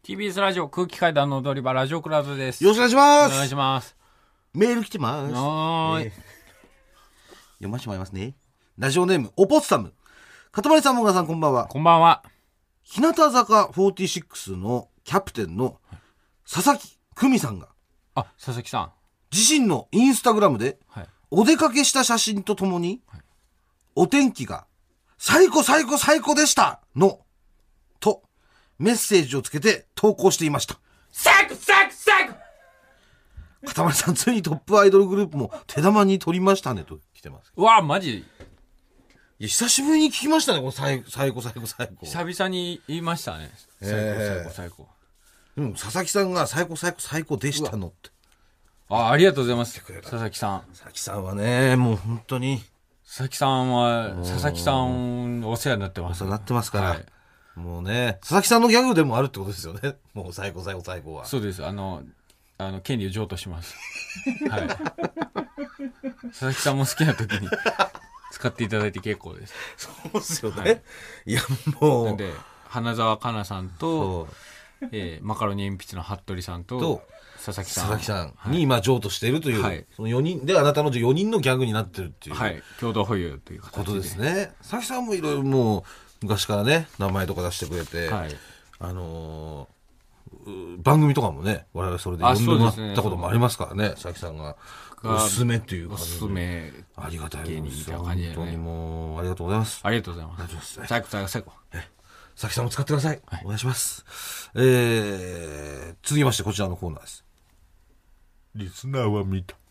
TBS ラジオ空気階段の踊り場ラジオクラウドです。 よろしくお願いします。 お願いします。 メール来てます。 はーい、 読ませてもらいますね。ラジオネームオポッサム。かたまりさん、もがさん、こんばんは。 こんばんは。 日向坂46のキャプテンの佐々木久美さんがあ、佐々木さん。 自身のインスタグラムではい。 お出かけした写真とともに、お天気が最高最高最高でしたのとメッセージをつけて投稿していました。 サクサクサク。 かたまりさん、ついにトップアイドルグループも手玉に取りましたねと来てます。 うわ、マジいや、久しぶりに聞きましたね、この最高最高最高。 久々に言いましたね。最高最高。 でも佐々木さんが最高最高最高でしたのって。 ありがとうございます。佐々木さん。 佐々木さんはね、もう本当に佐々木さんは、佐々木さんお世話になってます。 お世話になってますから、 はい、 もうね、佐々木さんのギャグでもあるってことですよね。もう最高最高最高は。 そうです。権利を譲渡します。はい。佐々木さんも好きな時に使っていただいて結構です。 そうですよね。 はい、 いや、もう。 なんで、花澤香菜さんと、マカロニ鉛筆の服部さんと、佐々木さんに今譲渡しているという、はい、その4人であなたの4人のギャグになってるっていう、 はい、共同保有という形でことですね。佐々木さんもいろいろもう昔からね名前とか出してくれて、はい、番組とかもね我々それで呼んでもらったこともありますからね。佐々木さんがおすすめっていう感じで、おすすめありがたい芸人みたいな感じで、ね、本当にもうありがとうございます。 ありがとうございます。最高。 佐々木さんも使ってください、はい、お願いします。続きましてこちらのコーナーです。リスナーは見た。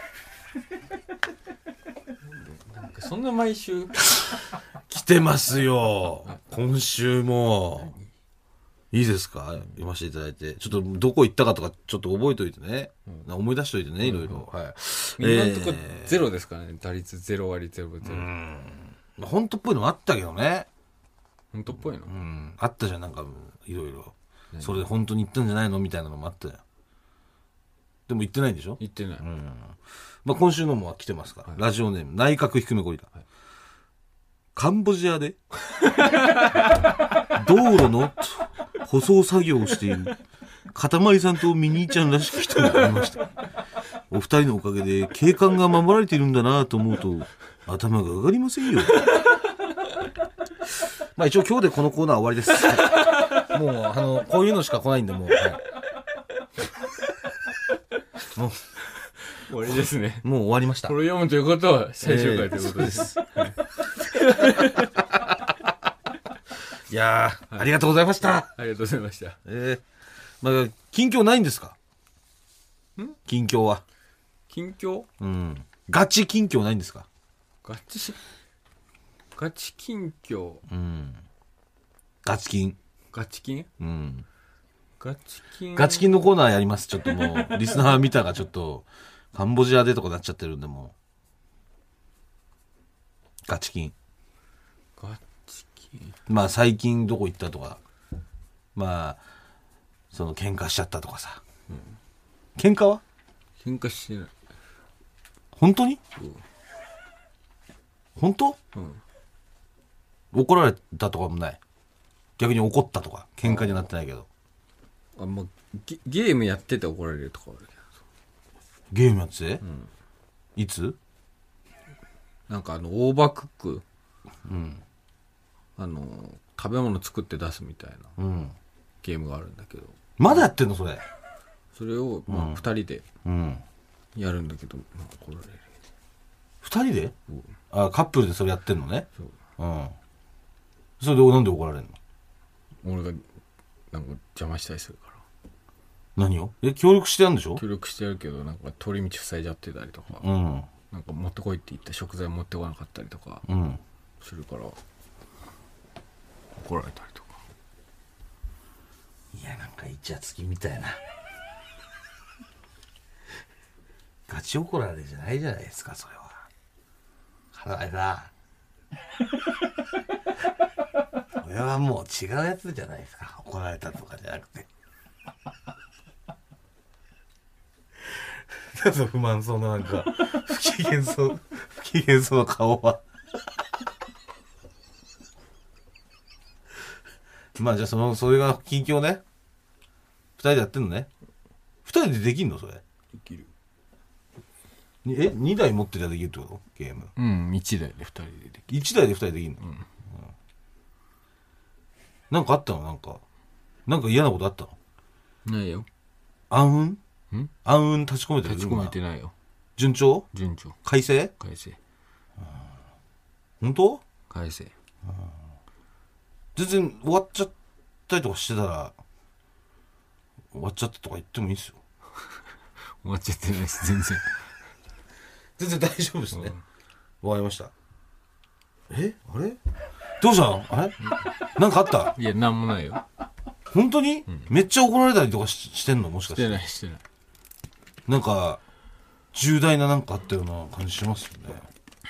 なんかそんな毎週来てますよ。今週もいいですか、読ませていただいて。ちょっとどこ行ったかとかちょっと覚えといてね、思い出しといてね、いろいろ。はい。 今のところゼロですからね。打率0割0分0。 本当っぽいのもあったけどね。 本当っぽいの、 あったじゃん、なんかいろいろそれで本当に言ったんじゃないのみたいなのもあったじゃん。でも言ってないんでしょ。 言ってない、 まあ、今週のも来てますから、はい、ラジオネーム内閣低めゴリラ、はい、カンボジアで道路の舗装作業をしているかたまりさんとミニーちゃんらしき人がいました。お二人のおかげで景観が守られているんだなと思うと頭が上がりませんよ。まあ一応今日でこのコーナー終わりです。もうこういうのしか来ないんでもう、はい、もう終わりですね。 もう終わりました。 これ読むということは最終回ということです。 いやー、はい、ありがとうございました。 ありがとうございました。 まあ、近況ないんですか？近況は。 近況？ ガチ近況ないんですか？ ガチ近況。 ガチ金。 ガチ金？ガチ金のコーナーやります。ちょっともうリスナー見たがちょっとカンボジアでとかなっちゃってるんで、もうガチ金。まあ最近どこ行ったとか、まあその喧嘩しちゃったとかさ、喧嘩は？ 喧嘩してない。 本当に？本当？怒られたとかもない？逆に怒ったとか喧嘩になってないけど。 まあ、ゲームやってて怒られるとかあるけど。 ゲームやってて？いつ？ なんかオーバークック、食べ物作って出すみたいな、ゲームがあるんだけど。 まだやってんのそれ？ それを、2人でやるんだけど、怒られる。 2人で？カップルでそれやってんのね。それでなんで怒られるの？ 俺がなんか邪魔したりするから。 何を？協力してやるんでしょ？協力してやるけど、なんか通り道塞いじゃってたりとか、なんか持ってこいって言った食材持ってこなかったりとかするから、怒られたりとか。 いや、なんかイチャつきみたいな。ガチ怒られじゃないじゃないですか、それは。あれだ。これはもう違うやつじゃないですか。怒られたとかじゃなくて。不満そうな、なんか不機嫌そうな顔は。まあじゃあそれが近況ね。 人でやってんのね。二人でできんのそれ。できる。 2台持ってりゃできるってことゲーム。 うん、1台で2人でできる。 1台で2人できんの、なんかあったのなんか嫌なことあったのないよ。 暗雲立ち込めてる。 立ち込めてないよ。 順調快晴本当快晴。 全然終わっちゃったりとかしてたら終わっちゃったとか言ってもいいですよ。 終わっちゃってないです。 全然大丈夫ですね。わかりました。あれどうしたのあれなんかあった？ いや、なんもないよ。 本当に、めっちゃ怒られたりとかしてんのもしかして。 してない。 なんか、重大ななんかあったような感じしますよね。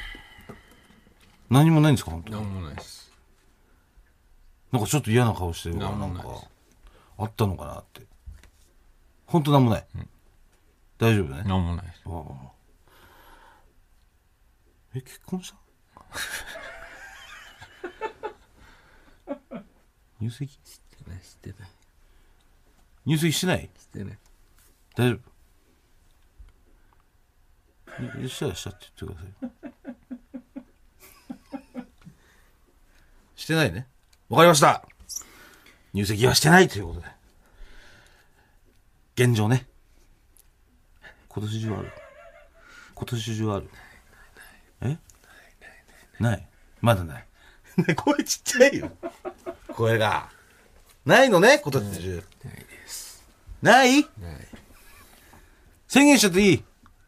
何もないんですか本当に。 何もないです。 なんかちょっと嫌な顔してるからなんか、あったのかなって。本当何もない。大丈夫ね。 何もないです。 結婚した入籍してない。 入籍してない？ してない。 大丈夫？したって言ってください。してないね。わかりました。入籍はしてないということで。現状ね。今年中ある。ないまだない。声ちっちゃいよ。声が。ないのね今年中。ないです。 ない？宣言しちゃっていい？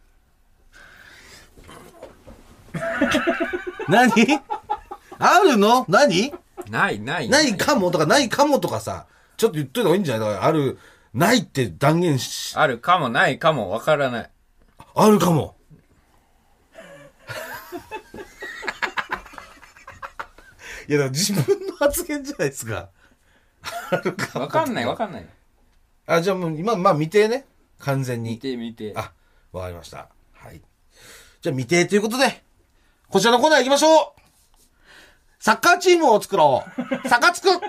何？あるの？何？ないかもとかないかもとかさ、ちょっと言っといた方がいいんじゃない？だからないって断言し。 あるかもないかもわからない。 あるかも。いやだから自分の発言じゃないですか。あるかも。 わかんない。 あ、じゃあもう今未定ね。完全に。 未定。 あ、わかりました。はい。じゃあ未定ということで、こちらのコーナー行きましょう。サッカーチームを作ろう。サカツクと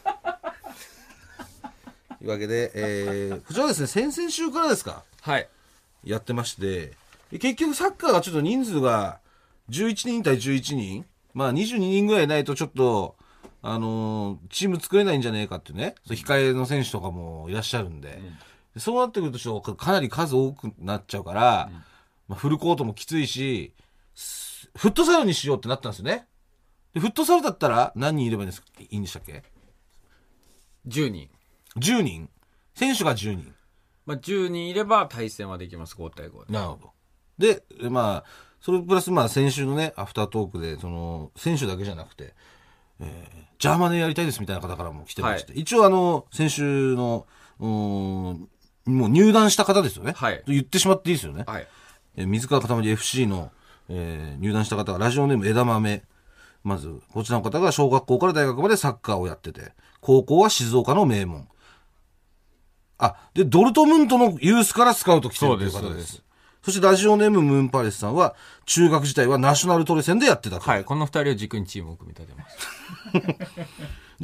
いうわけで、こちらですね、先々週からですか。 はい。 やってまして、結局サッカーがちょっと人数が11人対11人、まあ22人ぐらいないとちょっと、チーム作れないんじゃねえかってね、控えの選手とかもいらっしゃるんで、そうなってくるとちょっとかなり数多くなっちゃうから、まあ、フルコートもきついし、フットサルにしようってなったんですよね。でフットサルだったら何人いればいいんでしたっけ ？10人。 10人選手が10人。 まあ、10人いれば対戦はできます、5対5で。 なるほど。で、まあ、それプラス、まあ、先週のね、アフタートークで、選手だけじゃなくて、ジャーマネやりたいですみたいな方からも来てまして、一応先週の、もう入団した方ですよね。 はい。 言ってしまっていいですよね。 はい。 水川かたまり FC の、入団した方が、ラジオネーム枝豆。まず、こちらの方が小学校から大学までサッカーをやってて、高校は静岡の名門。で、ドルトムントのユースからスカウト来てるという方です。そしてラジオネームムーンパレスさんは、中学時代はナショナルトレセンでやってたと。 はい、この2人を軸にチームを組み立てます。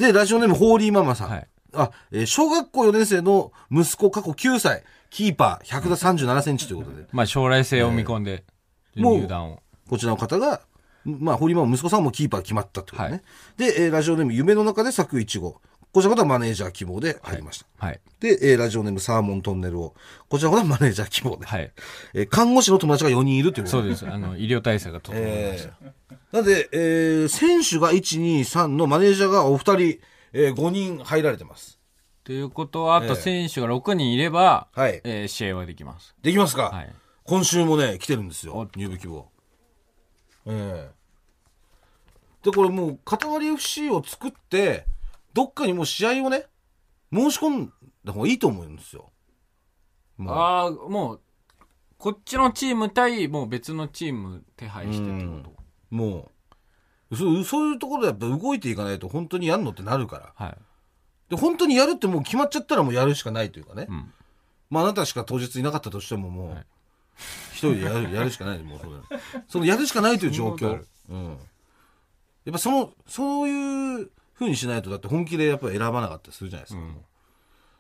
で、ラジオネームホーリーママさん。はい。小学校4年生の息子過去9歳、キーパー137センチということで。 まあ将来性を見込んで、入団を。 こちらの方が、まあ、ホーリーママ息子さんもキーパー決まったってことね。はい、で、ラジオネーム夢の中で咲くいちご。こちらの方はマネージャー希望で入りました。 はい。 で、ラジオネームサーモントンネルを。こちらの方はマネージャー希望で。 はい。 看護師の友達が4人いるということそうです。医療体制が整いました。 なので、選手が1、2、3のマネージャーがお二人、5人入られてます。 ということは、あと選手が6人いれば、試合はできます。 できますか？ はい。 今週もね、来てるんですよ。入部希望。で、これもう、塊 FC を作って、どっかにもう試合をね、申し込んだ方がいいと思うんですよ。 もう、こっちのチーム対、もう別のチーム手配してってこと？ もう、そういうところでやっぱ動いていかないと本当にやるのってなるから。 はい。 で、本当にやるってもう決まっちゃったらもうやるしかないというかね。まあ、あなたしか当日いなかったとしてももう、一人でやるしかない。もうそのやるしかないという状況。やっぱそういう風にしないと、だって本気でやっぱり選ばなかったりするじゃないですか。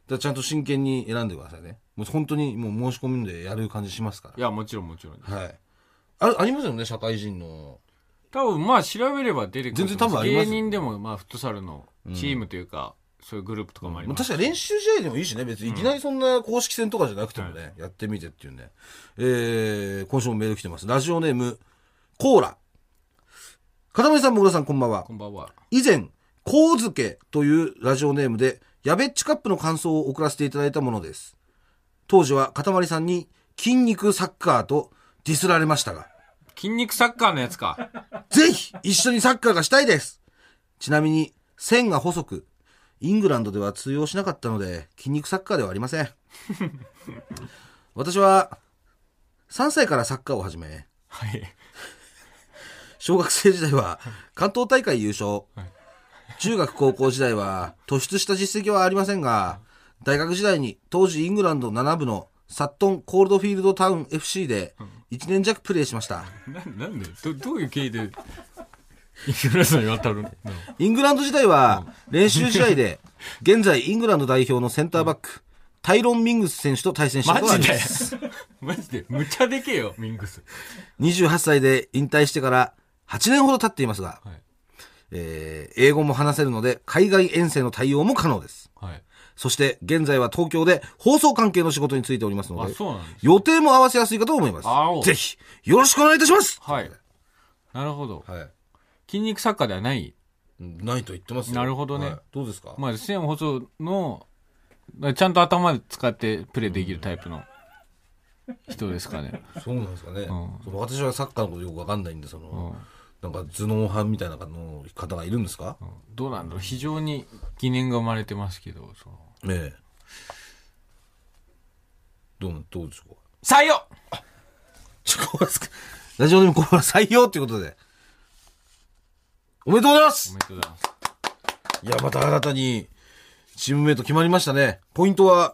らちゃんと真剣に選んでくださいね。もう本当にもう申し込みでやる感じしますから。 いや、もちろんもちろん。 はい。ありますよね、社会人の。 多分まあ調べれば出てくる。 全然多分ありますよ。 芸人でもまあフットサルのチームというか、そういうグループとかもあります。 確かに練習試合でもいいしね、別にいきなりそんな公式戦とかじゃなくてもね、やってみてっていうんで。今週もメール来てます。ラジオネーム、コーラ。片森さん、もぐらさん、こんばんは。 こんばんは。 以前、コウズケというラジオネームで、やべっちカップの感想を送らせていただいたものです。当時は、片森さんに、筋肉サッカーとディスられましたが。 筋肉サッカーのやつか。 ぜひ、一緒にサッカーがしたいです。ちなみに、線が細く、イングランドでは通用しなかったので、筋肉サッカーではありません。私は、3歳からサッカーを始め、 はい。 小学生時代は関東大会優勝、中学高校時代は突出した実績はありませんが、大学時代に当時イングランド7部のサットンコールドフィールドタウン FC で1年弱プレーしました。 なんでどういう経緯でイングランドに渡るの？ イングランド時代は練習試合で現在イングランド代表のセンターバックタイロン・ミングス選手と対戦したことがあります。 マジでむちゃでけえよミングス。 28歳で引退してから8年ほど経っていますが、英語も話せるので海外遠征の対応も可能です。はい、そして現在は東京で放送関係の仕事に就いておりますので、予定も合わせやすいかと思います。ぜひよろしくお願いいたします。 はい。なるほど。はい。筋肉サッカーではない。 ないと言ってますよ。 なるほどね。はい、 どうですか。 まあ線細のちゃんと頭で使ってプレーできるタイプの人ですかね。 そうなんですかね。私はサッカーのことよくわかんないんでなんか頭脳派みたいな方がいるんですか。 どうなんだろう。非常に疑念が生まれてますけど。 ええ。どうでしょうか。 採用。 ラジオネームこれは採用ということで。おめでとうございます。 おめでとうございます。 いや、また新たにチームメイト決まりましたね。ポイントは、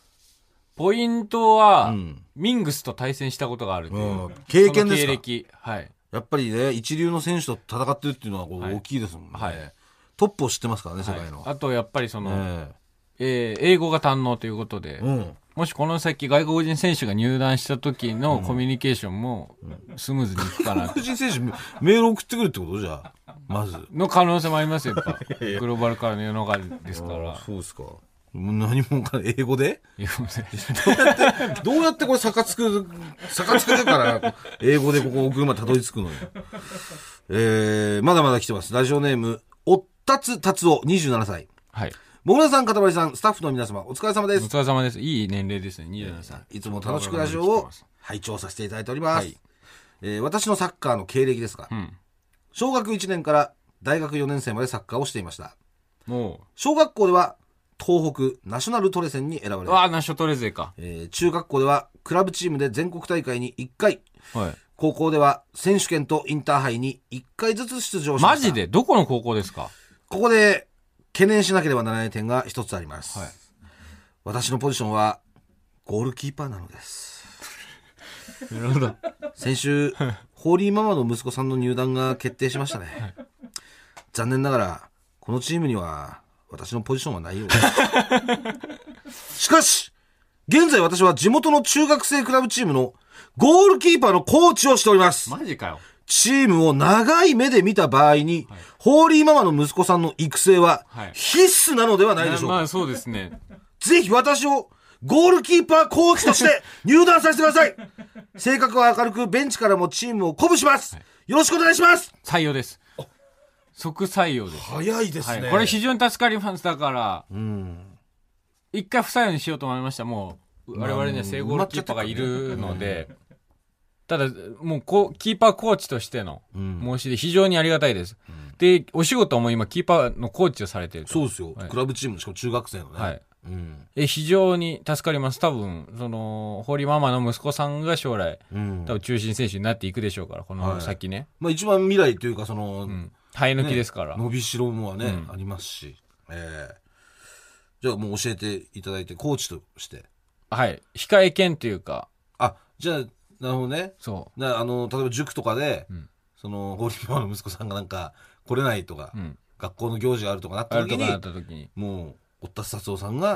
ミングスと対戦したことがあるという、 経験ですか。 経歴。はい。 やっぱりね、一流の選手と戦ってるっていうのは大きいですもんね。はい。トップを知ってますからね、世界の。 あと、やっぱり英語が堪能ということで、もしこの先外国人選手が入団した時のコミュニケーションもスムーズにいくかな。 外国人選手メール送ってくるってことじゃあ、まず。 の可能性もありますよ、やっぱ。グローバルからの世の中ですから。 そうですか。何も英語でどうやってこれ逆つくから英語でここ送るまでたどり着くのよ。まだまだ来てます。ラジオネームおったつたつお27歳。はい。もぐらさん、かたまりさん、スタッフの皆様お疲れ様です。 お疲れ様です。いい年齢ですね。27歳。 いつも楽しくラジオを拝聴させていただいております。はい。私のサッカーの経歴ですが、小学1年から大学4年生までサッカーをしていました。小学校では東北ナショナルトレセンに選ばれ、 ナショトレ勢か。 中学校ではクラブチームで全国大会に1回、はい、高校では選手権とインターハイに1回ずつ出場しました。 マジで？どこの高校ですか？ ここで懸念しなければならない点が一つあります。はい、私のポジションはゴールキーパーなのです。 なるほど。 先週ホーリーママの息子さんの入団が決定しましたね。はい、残念ながらこのチームには私のポジションはないようです。しかし、現在私は地元の中学生クラブチームのゴールキーパーのコーチをしております。 マジかよ。 チームを長い目で見た場合に、はい、ホーリーママの息子さんの育成は必須なのではないでしょうか。 まあそうですね。 ぜひ私をゴールキーパーコーチとして入団させてください。性格は明るく、ベンチからもチームを鼓舞します。はい、よろしくお願いします。 採用です。即採用です。 早いですね。 はい、これ非常に助かります。だから、一回不採用にしようと思いました。もう、我々には正ゴールキーパーがいるので、ただ、もうキーパーコーチとしての申し出、非常にありがたいです。で、お仕事も今、キーパーのコーチをされていると。 そうですよ。はい、クラブチーム、しかも中学生のね。はい。 非常に助かります。多分、ホーリーママの息子さんが将来、多分中心選手になっていくでしょうから、この先ね。 まあ一番未来というか、 生え抜きですから。 伸びしろもね、ありますし。じゃあもう教えていただいて、コーチとして。 はい。控え兼というか。 じゃあ、なるほどね。そう。例えば塾とかで、ホーリーママの息子さんがなんか来れないとか、学校の行事があるとかなった時に、もう、おったつたつおさんが、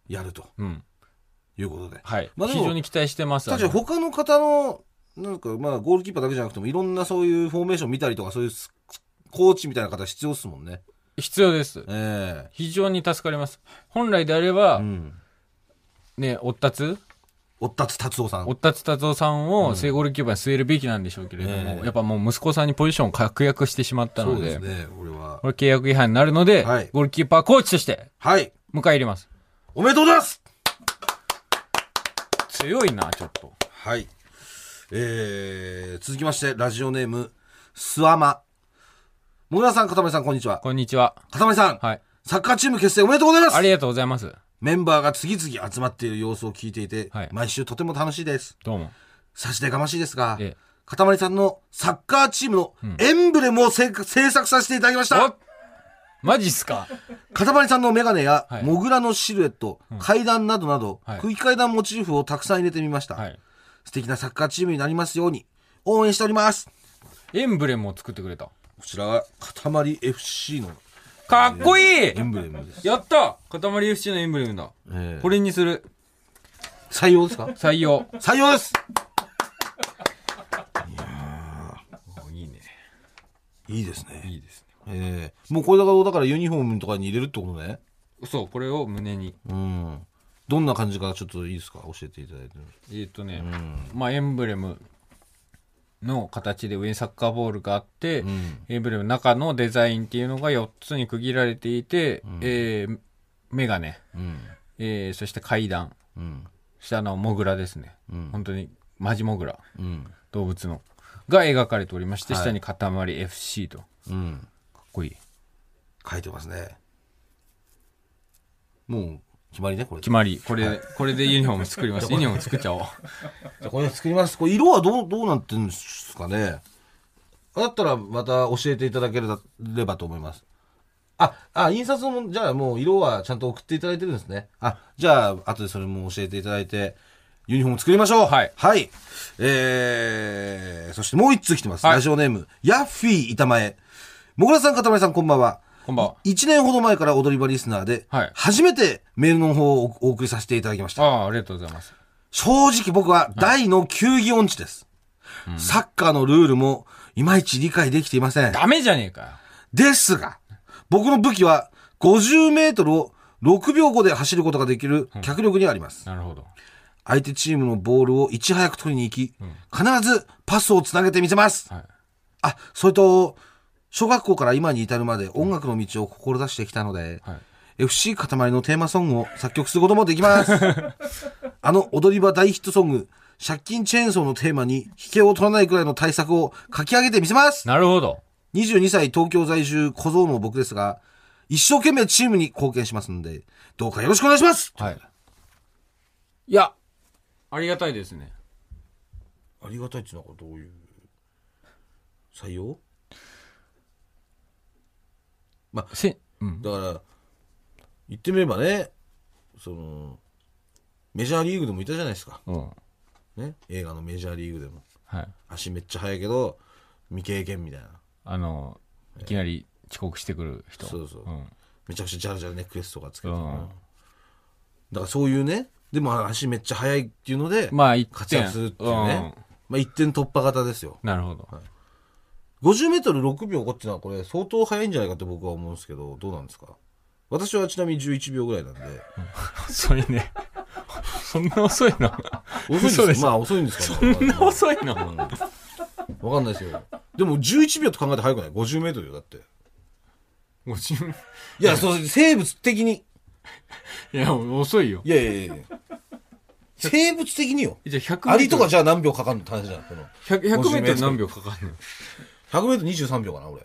やると、 うん、 いうことで。 はい。 まあ、 非常に期待してます。 確かに他の方の、なんかまあゴールキーパーだけじゃなくてもいろんなそういうフォーメーション見たりとかそういうコーチみたいな方必要ですもんね。 必要です。非常に助かります。本来であれば、ね、おったつ達夫さん。 おったつ達夫さんを正ゴールキーパーに据えるべきなんでしょうけれども、やっぱもう息子さんにポジションを確約してしまったので、 そうですね、 これ契約違反になるので、 はい、 ゴールキーパーコーチとして、 はい。 迎え入れます。 おめでとうございます。 強いな、ちょっと。 はい。続きまして、ラジオネーム、スワマ。もぐらさん、かたまりさん、こんにちは。 こんにちは。 かたまりさん。 はい。 サッカーチーム結成おめでとうございます。 ありがとうございます。 メンバーが次々集まっている様子を聞いていて、 はい、 毎週とても楽しいです。 どうも。 差し出がましいですが、かたまりさんのサッカーチームのエンブレムを制作させていただきました。 マジっすか。 かたまりさんのメガネや、モグラのシルエット、階段などなど、空気階段モチーフをたくさん入れてみました。素敵なサッカーチームになりますように、応援しております。 エンブレムを作ってくれた。 こちらは、かたまり FC の。 かっこいい、 エンブレムです。 やった、かたまり FC のエンブレムだ。これにする。 採用ですか？ 採用です。 いやー、いいね。 いいですね。 いいですね。もうこれだからユニフォームとかに入れるってことね。 そう、これを胸に。 どんな感じかちょっといいですか？教えていただいて。 まあエンブレムの形で上にサッカーボールがあって、エンブレムの中のデザインっていうのが4つに区切られていて、メガネ、そして階段、そしてモグラですね。本当にマジモグラ、動物のが描かれておりまして、下に塊 FC と、かっこいい書いてますね。もう決まりね、これ。 決まり。これでユニフォーム作ります。ユニフォーム作っちゃおう。 じゃあこれ作ります。これ色はどうなってるんですかね。だったらまた教えていただければと思います。印刷も、じゃあもう色はちゃんと送っていただいてるんですね。じゃあ後でそれも教えていただいて、ユニフォーム作りましょう。はい。そしてもう一通来てます。ラジオネーム、ヤッフィー板前。もぐらさん、かたまりさん、こんばんは。 こんばんは。 1年ほど前から踊り場リスナーで、初めてメールの方をお送りさせていただきました。 ありがとうございます。 正直僕は大の球技音痴です。サッカーのルールもいまいち理解できていません。 ダメじゃねえかよ。 ですが、僕の武器は50メートルを6秒後で走ることができる脚力にあります。 なるほど。 相手チームのボールをいち早く取りに行き、必ずパスをつなげてみせます。それと、小学校から今に至るまで音楽の道を志してきたので、FC 塊のテーマソングを作曲することもできます。踊り場大ヒットソング、借金チェーンソーのテーマに引けを取らないくらいの対策を書き上げてみせます。 なるほど。 22歳東京在住小僧の僕ですが、一生懸命チームに貢献しますので、どうかよろしくお願いします。 いや、ありがたいですね。 ありがたいっていうのはどういう採用？だから言ってみればね、メジャーリーグでもいたじゃないですか、ね、映画のメジャーリーグでも、足めっちゃ速いけど未経験みたいな、 いきなり遅刻してくる人、 めちゃくちゃジャラジャラネックレスとかつけて、だからそういうね、でも足めっちゃ速いっていうので活躍するっていうね、一点突破型ですよ。 なるほど。 50メートル6秒5っていうのはこれ相当速いんじゃないかって僕は思うんですけど、どうなんですか？私はちなみに11秒ぐらいなんで。 遅いね。そんな遅いの？ 遅いです。まあ遅いんですかね。そんな遅いの？ わかんないですよ。でも11秒と考えて速くない？ 50 メートルよ、だって。 50？ いや、生物的に。 いや、遅いよ。 いや。生物的によ。 じゃあ100 アリとかじゃあ何秒かかんのって話じゃん。 100メートル何秒かかんの ？100メートル23秒かな、俺。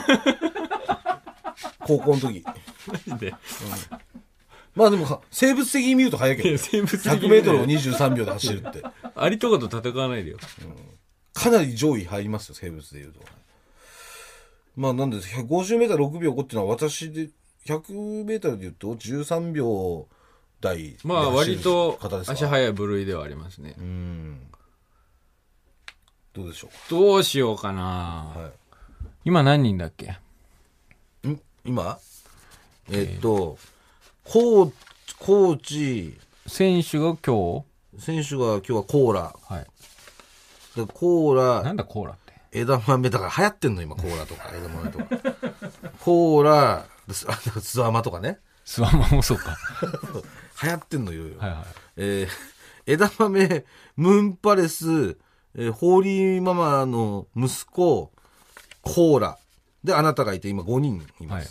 高校の時。 マジで、 まあでも、生物的に見ると速いけど、100メートルを23秒で走るって。 アリとかと戦わないでよ。 かなり上位入りますよ、生物で言うと。まあなんで、50メートル6秒5っていうのは私で、100メートルで言うと13秒台。 まあ割と足速い部類ではありますね。 どうでしょうか。 どうしようかな、今何人だっけ？ 今コーコーチ、 選手が今日はコーラ。 はい。 でコーラ、 なんだコーラって。 枝豆、だから流行ってんの今、コーラとか、枝豆とか。コーラ、スワマとかね。 スワマもそうか。 流行ってんのよ。 はいはい。 枝豆、ムーンパレス、ホーリーママの息子、コーラ。で、あなたがいて、今5人います。 はい、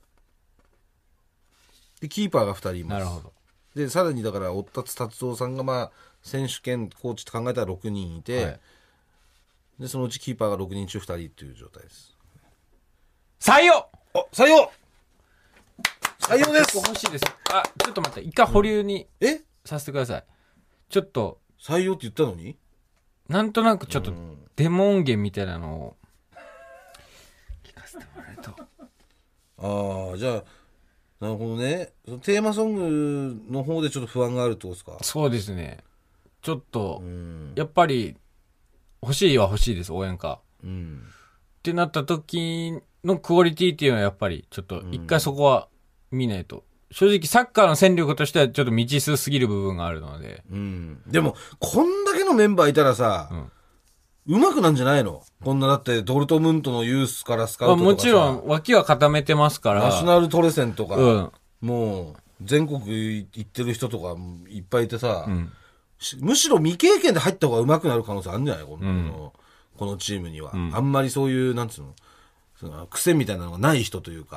で、キーパーが2人います。 なるほど。 で、さらにだから、おったつ達夫さんが、まあ、選手兼コーチって考えたら6人いて、はい、で、そのうちキーパーが6人中2人という状態です。 採用採用です。 欲しいです。あ、ちょっと待って、一回保留にさせてください。ちょっと。 採用って言ったのになんとなくちょっと、デモ音源みたいなのを、聞かせてもらえると。ああ、じゃあ、なるほどね。そのテーマソングの方でちょっと不安があるってことですか？ そうですね。ちょっと、やっぱり、欲しいは欲しいです、応援歌。ってなった時のクオリティっていうのはやっぱり、ちょっと一回そこは見ないと。正直サッカーの戦力としてはちょっと未知数すぎる部分があるので。 でも、こんだけのメンバーいたらさ、うまくなんじゃないの？こんなだってドルトムントのユースからスカウトとかさ、 もちろん脇は固めてますから。 ナショナルトレセンとか、もう全国行ってる人とかいっぱいいてさ、むしろ未経験で入った方がうまくなる可能性あるんじゃないこのチームには、あんまりそういうなんつうの、その癖みたいなのがない人というか、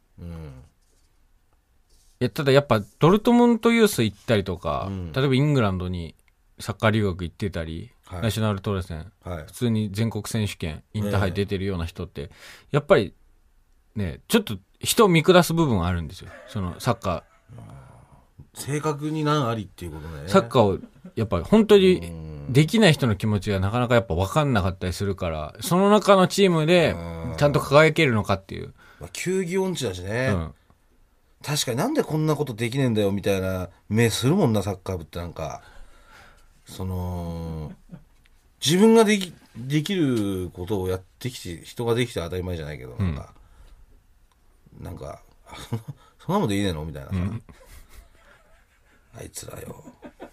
いやただやっぱドルトムントユース行ったりとか、例えばイングランドにサッカー留学行ってたり、ナショナルトレセン、普通に全国選手権インターハイ出てるような人って、やっぱりねちょっと人を見下す部分があるんですよ、そのサッカー正確に難ありっていうことね。 サッカーをやっぱり本当にできない人の気持ちがなかなかやっぱ分かんなかったりするから、その中のチームでちゃんと輝けるのかっていう、 球技音痴だしね、確かになんでこんなことできねえんだよみたいな目するもんな、サッカー部ってなんか、その、自分ができることをやってきて、人ができて当たり前じゃないけど、なんか、そんなもんでいいねのみたいなさ、あいつらよ。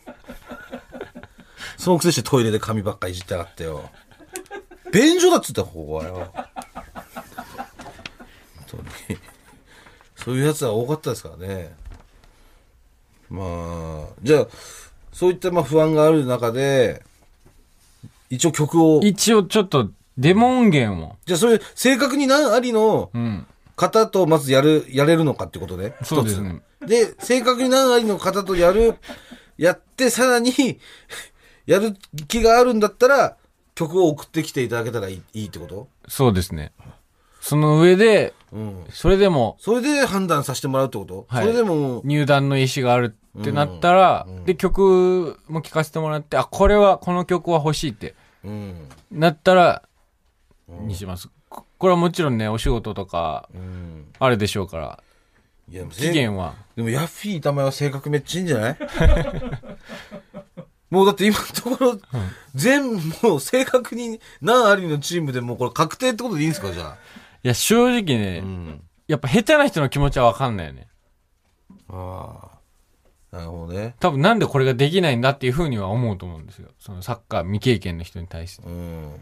そのくせしてトイレで髪ばっかいじってやがってよ。便所だっつったここはよ。本当に。そういうやつは多かったですからね。まあ、じゃあ、そういったまあ不安がある中で、一応曲を。 一応ちょっとデモ音源を。 じゃあそういう正確に何ありの方とまずやれるのかってことね。 そうですね。 で、正確に何ありの方とやってさらにやる気があるんだったら曲を送ってきていただけたらいいってこと？ そうですね。その上で、それで判断させてもらうってこと？ はい、 それでも入団の意思があるってなったら、で曲も聴かせてもらって、あ、この曲は欲しいって、なったらにします。これはもちろんね、お仕事とかあるでしょうから。いや、期限はでもヤッフィー板前は性格めっちゃいいんじゃない？もうだって今のところ、もう正確に何ありのチームでもうこれ確定ってことでいいんですか？じゃあ。 いや、正直ね、やっぱ下手な人の気持ちは分かんないよね。 ああ。なるほどね。 多分なんでこれができないんだっていうふうには思うと思うんですよ。そのサッカー未経験の人に対して。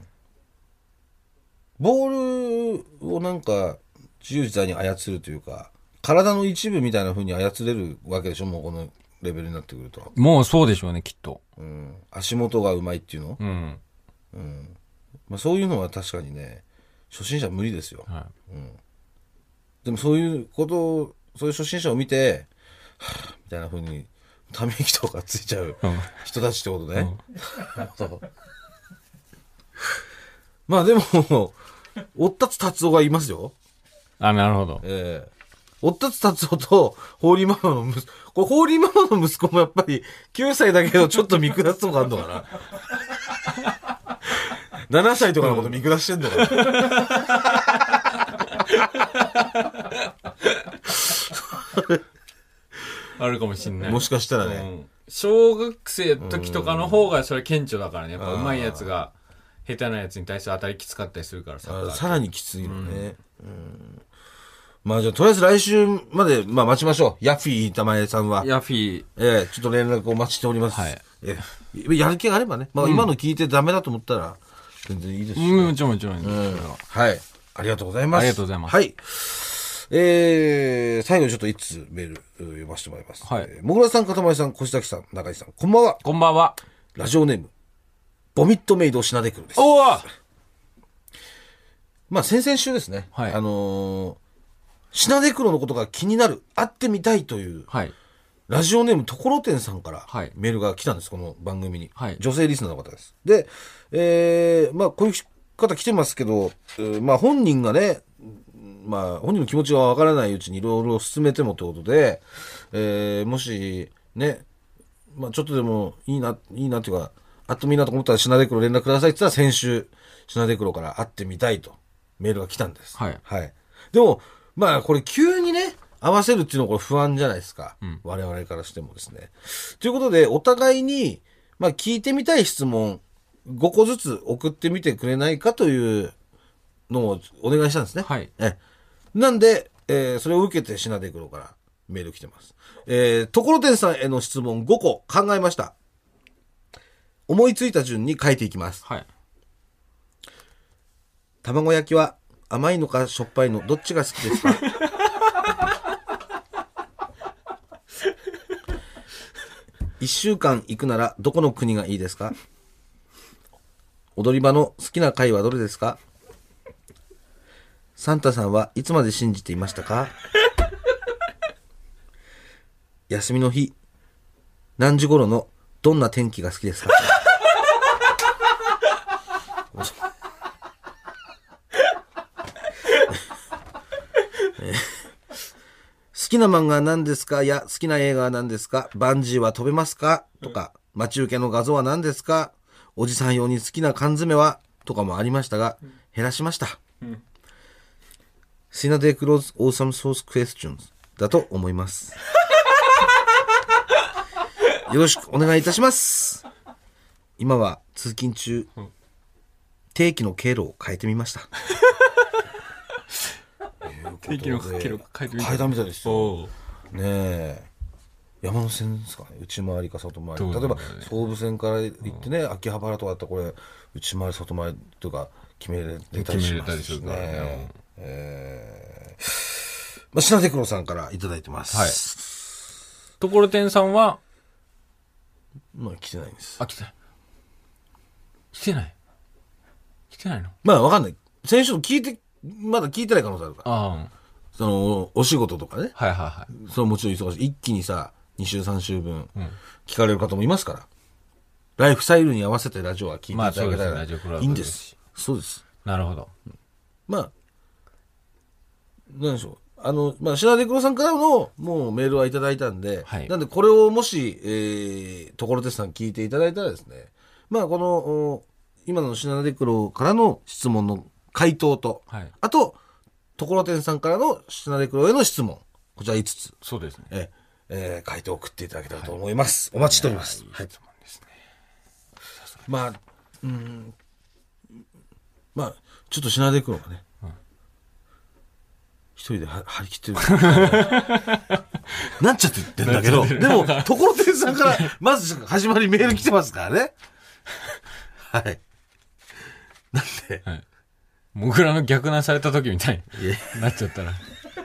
ボールをなんか自由自在に操るというか、体の一部みたいな風に操れるわけでしょ？もうこのレベルになってくると。 もうそうでしょうね、きっと。 足元がうまいっていうの？まあ、そういうのは確かにね、初心者無理ですよ。でもそういう初心者を見て、はぁみたいな風にため息とかついちゃう人たちってことね。まあでも、おったつ達夫がいますよ。 あ、なるほど。 おったつ達夫と、ホーリーママのこれホーリーママの息子もやっぱり9歳だけどちょっと見下すとこあるのかな。7歳とかのこと見下してんのかな。 あるかもしんない。 もしかしたらね。 小学生の時とかの方がそれ顕著だからね。やっぱ上手いやつが下手なやつに対して当たりきつかったりするからさ。 さらにきついのね。 まあじゃあ、とりあえず来週まで、まあ待ちましょう。ヤッフィー玉江さんは。 ヤフィちょっと連絡をお待ちしております。 はいやる気があればね。まあ今の聞いてダメだと思ったら、全然いいですし、ね。 もちろんもちろん。 はい。ありがとうございます。 ありがとうございます。 はい。最後にちょっと一通メール読ませてもらいます。 はい。 もぐらさん、かたまりさん、越崎さん、中井さん、こんばんは。 こんばんは。 ラジオネーム、ボミットメイドシナデクロです。 おーまあ先々週ですね。 はいシナデクロのことが気になる、会ってみたいという、 はい。 ラジオネームところてんさんからはいメールが来たんです、この番組に。 はい女性リスナーの方です。で、まあこういう方来てますけど、まあ本人がね、まあ本人の気持ちがわからないうちにいろいろ進めてもということで、もしね、まあちょっとでもいいなっていうか、会ってもいいなと思ったらシナデクロ連絡くださいって言ったら先週、シナデクロから会ってみたいとメールが来たんです。 はいでも、まあこれ急にね、合わせるっていうのはこれ不安じゃないですか。我々からしてもですね。ということで、お互いに、まあ聞いてみたい質問5個ずつ送ってみてくれないかというのをお願いしたんですね。 はい。 なんで、それを受けてシナデクロからメール来てます。ところてんさんへの質問5個考えました。思いついた順に書いていきます。 はい。 卵焼きは甘いのかしょっぱいのどっちが好きですか？1週間行くならどこの国がいいですか？踊り場の好きな回はどれですか？サンタさんはいつまで信じていましたか？休みの日、何時頃のどんな天気が好きですか？好きな漫画は何ですか？好きな映画は何ですか？バンジーは飛べますか？とか、待ち受けの画像は何ですか？おじさん用に好きな缶詰はとかもありましたが、減らしました。シナデクロズオーサムソースクエスチョンズだと思います。よろしくお願いいたします。今は通勤中、定期の経路を変えてみました。 定期の経路変えてみた。 変えたみたいですよ。ねえ。山手線ですかね、内回りか外回り。例えば総武線から行ってね、秋葉原とかだったらこれ内回り外回りとか決めれたりしますしね。まあ、シナデクロさんからいただいてます。 はい。ところてんさんはまあ来てないんです。 あ、来てない。来てない来てないの？ まあわかんない。先週まだ聞いてない可能性あるから。 ああ。 その、お仕事とかね。 はいはいはい。 それもちろん忙しい。一気にさ、2週3週分聞かれる方もいますから。ライフスタイルに合わせてラジオは聞いていただけたらいいんです。そうです。 なるほど。 まあ、なんでしょう。まあ、シナデクロさんからのもうメールはいただいたんで、 はい、 なんでこれをもし、ところてつさん聞いていただいたらですね、まあ、この、今のシナデクロからの質問の回答と、 はい、 あと、ところてんさんからのシナデクロへの質問、こちら5つ。 そうですね。 回答を送っていただけたらと思います。はい、お待ちしております。はい。質問ですね。まあ、まあ、ちょっとシナデクロがね、一人で張り切ってる。なんちゃって言ってんだけど、でも、ところてんさんから、まず始まりメール来てますからね。はい。なんで、はい、 モグラの逆難された時みたいになっちゃったら。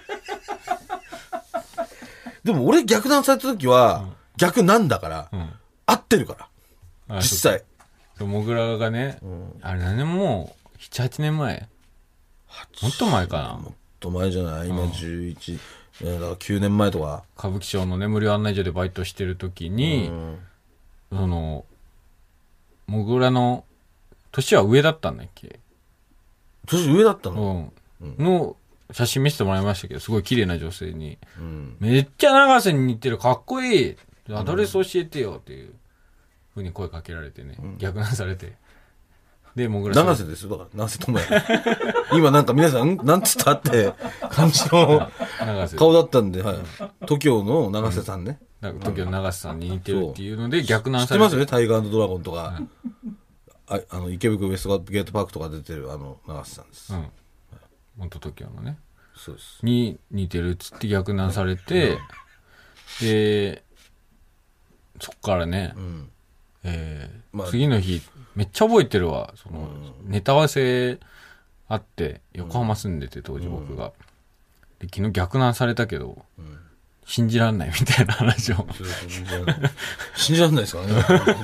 でも俺逆難された時は、逆なんだから、合ってるから。実際。 モグラがね、あれ何年もう、7、8年前もっと前かな。 もっと前じゃない今11、だから9年前とか。 歌舞伎町の無料案内所でバイトしてる時に、その、モグラの、年は上だったんだっけ？ 年上だったの？ の写真見せてもらいましたけど、すごい綺麗な女性に、めっちゃ長瀬に似てる、かっこいい、アドレス教えてよっていうふうに声かけられてね、逆難されて。で、モグラ長瀬ですよ。だから、長瀬智也。今なんか皆さん、なんつったって感じの顔だったんで、はい。TOKIO の長瀬さんね。 TOKIO の長瀬さんに似てるっていうので、逆難されて。 知ってますよね、タイガー&ドラゴンとか。池袋ウエストゲートパークとか出てる長瀬さんです。 元TOKIO のね。 そうです。 に似てるっつって逆難されて、で、そっからね、次の日、めっちゃ覚えてるわ。ネタ合わせあって、横浜住んでて、当時僕が。で昨日逆難されたけど、信じらんないみたいな話を。 信じらんないですから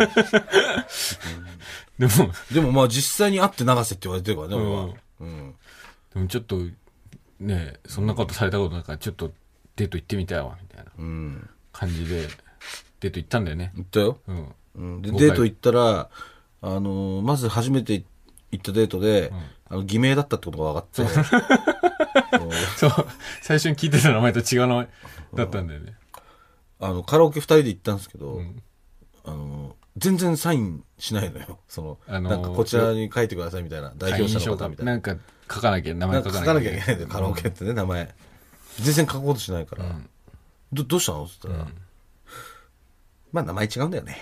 ね。でもまあ実際に会って流せって言われてるからね、俺は。 でもちょっと、ねそんなことされたことないから、ちょっとデート行ってみたいわ、みたいな感じで、デート行ったんだよね。 行ったよ。で、デート行ったら、まず初めて行ったデートで、偽名だったってことが分かって。 そう、最初に聞いてた名前と違う名前だったんだよね。 カラオケ2人で行ったんですけど、全然サインしないのよ。なんかこちらに書いてくださいみたいな、代表者の方みたいな。 なんか書かなきゃ、名前書かなきゃいけないんで、カラオケってね、名前。全然書こうとしないから、どうしたのって言ったら、まあ名前違うんだよね。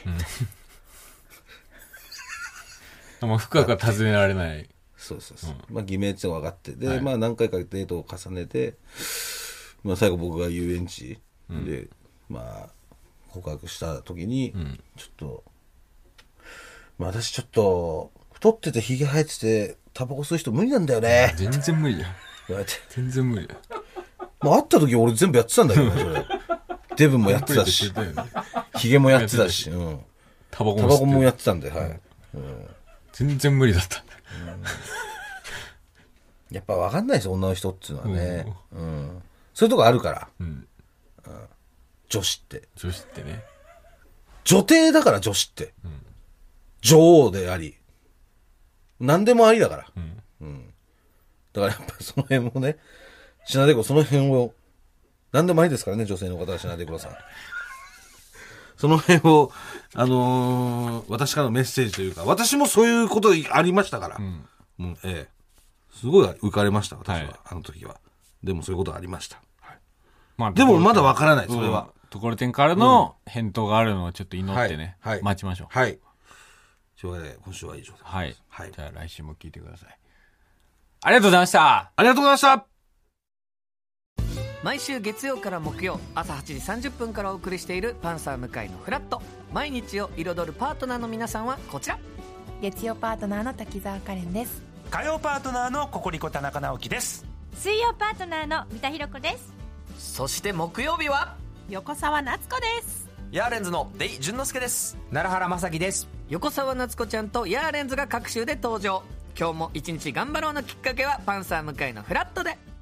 まあ深くは尋ねられない。 そう。まあ偽名って分かって、で、まあ何回かデートを重ねて、まあ最後僕が遊園地で、まあ告白した時に、ちょっと、まあ私ちょっと、太っててヒゲ生えてて、タバコ吸う人無理なんだよね。 全然無理だよ。 言われて。 全然無理だよ。 まあ会った時俺全部やってたんだけどね、それ。デブもやってたし、ヒゲもやってたし、 タバコもやってたんで、はい。 全然無理だった。 やっぱ分かんないですよ、女の人っていうのはね。そういうとこあるから。女子ってね。 女帝だから女子って。女王であり。何でもありだから。だからやっぱその辺もね、シナデコその辺を、何でもありですからね、女性の方はシナデコさん。その辺を、私からのメッセージというか、私もそういうことありましたから。すごい浮かれました、私は、あの時は。でもそういうことありました。でもまだわからない、それは。 ところてんからの返答があるのをちょっと祈ってね、待ちましょう。 はい。というわけで、今週は以上です。 はい。じゃあ来週も聞いてください。ありがとうございました。 ありがとうございました。 毎週月曜から木曜朝8時30分からお送りしているパンサー向井のフラット。毎日を彩るパートナーの皆さんはこちら。 月曜パートナーの滝沢カレンです。 火曜パートナーのココリコ田中直樹です。 水曜パートナーの三田寛子です。 そして木曜日は横澤夏子です。 ヤーレンズのデイ淳之介です。 奈良原雅樹です。 横澤夏子ちゃんとヤーレンズが各週で登場。今日も一日頑張ろうのきっかけはパンサー向井のフラットで。